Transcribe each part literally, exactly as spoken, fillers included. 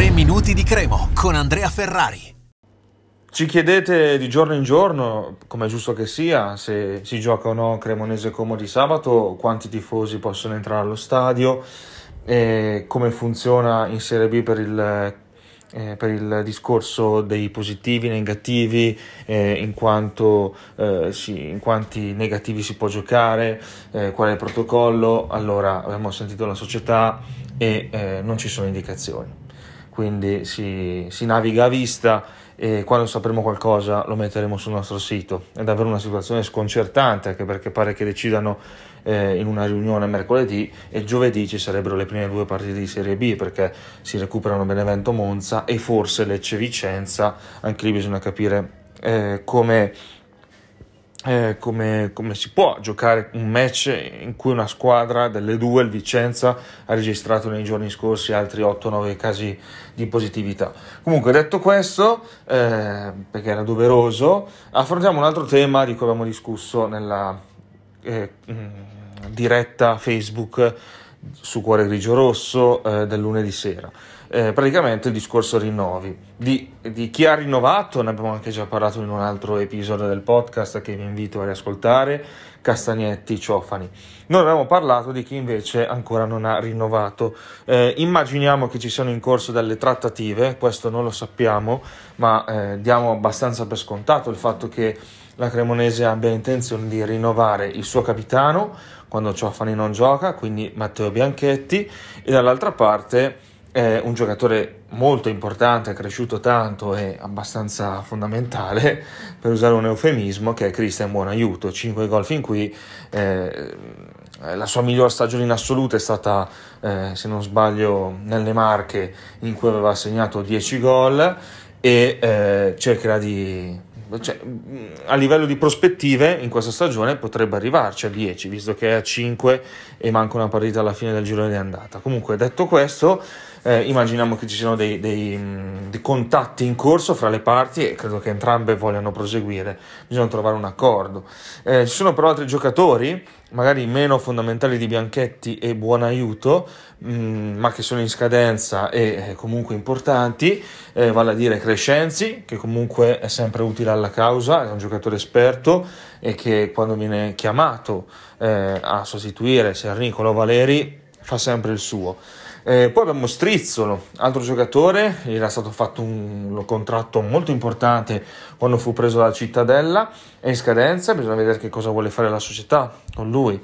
tre minuti di Cremo con Andrea Ferrari. Ci chiedete di giorno in giorno, come è giusto che sia, se si gioca o no Cremonese Como di sabato, quanti tifosi possono entrare allo stadio, e come funziona in Serie B per il, eh, per il discorso dei positivi, negativi, eh, in quanto eh, si, in quanti negativi si può giocare, eh, qual è il protocollo. Allora, abbiamo sentito la società e eh, non ci sono indicazioni. Quindi si, si naviga a vista e quando sapremo qualcosa lo metteremo sul nostro sito. È davvero una situazione sconcertante, anche perché pare che decidano eh, in una riunione mercoledì e giovedì ci sarebbero le prime due partite di Serie B, perché si recuperano Benevento Monza e forse Lecce Vicenza. Anche lì bisogna capire eh, come Eh, come, come si può giocare un match in cui una squadra delle due, il Vicenza, ha registrato nei giorni scorsi altri otto nove casi di positività. Comunque, detto questo, eh, perché era doveroso, affrontiamo un altro tema di cui abbiamo discusso nella eh, mh, diretta Facebook su Cuore Grigio Rosso eh, del lunedì sera. Eh, praticamente il discorso rinnovi di, di chi ha rinnovato. Ne abbiamo anche già parlato in un altro episodio del podcast che vi invito a riascoltare, Castagnetti, Ciofani. Noi abbiamo parlato di chi invece ancora non ha rinnovato. Eh, immaginiamo che ci siano in corso delle trattative, questo non lo sappiamo, ma eh, diamo abbastanza per scontato il fatto che la Cremonese abbia intenzione di rinnovare il suo capitano quando Ciofani non gioca, quindi Matteo Bianchetti, e dall'altra parte è un giocatore molto importante, è cresciuto tanto e abbastanza fondamentale, per usare un eufemismo, che è Cristian Buonaiuto. cinque gol fin qui, eh, la sua miglior stagione in assoluto è stata, eh, se non sbaglio, nelle Marche, in cui aveva segnato dieci gol, e eh, cercherà di... Cioè, a livello di prospettive in questa stagione potrebbe arrivarci a dieci, visto che è a cinque e manca una partita alla fine del girone di andata. Comunque, detto questo, eh, immaginiamo che ci siano dei, dei, dei contatti in corso fra le parti e credo che entrambe vogliano proseguire. Bisogna trovare un accordo. Eh, ci sono però altri giocatori, magari meno fondamentali di Bianchetti e Buonaiuto, mh, ma che sono in scadenza e eh, comunque importanti, eh, vale a dire Crescenzi, che comunque è sempre utile alla causa, è un giocatore esperto e che quando viene chiamato eh, a sostituire Sernicolo o Valeri fa sempre il suo. Eh, poi abbiamo Strizzolo, altro giocatore, gli era stato fatto un, un contratto molto importante quando fu preso dalla Cittadella, è in scadenza, bisogna vedere che cosa vuole fare la società con lui,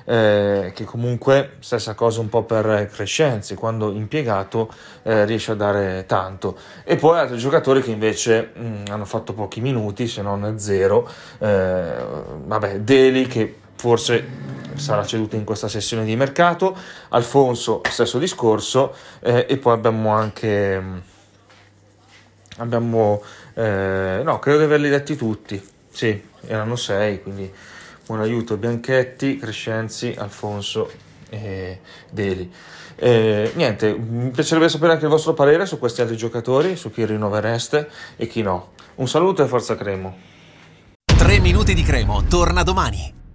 eh, che comunque stessa cosa un po' per Crescenzi, quando impiegato eh, riesce a dare tanto. E poi altri giocatori che invece mh, hanno fatto pochi minuti, se non zero, eh, vabbè, Deli, che forse sarà ceduto in questa sessione di mercato, Alfonso stesso discorso, eh, e poi abbiamo anche abbiamo eh, no, credo di averli detti tutti, sì, erano sei, quindi Buonaiuto, Bianchetti, Crescenzi, Alfonso e Deli. Eh, niente, mi piacerebbe sapere anche il vostro parere su questi altri giocatori, su chi rinnovereste e chi no. Un saluto e forza Cremo. tre minuti di Cremo torna domani.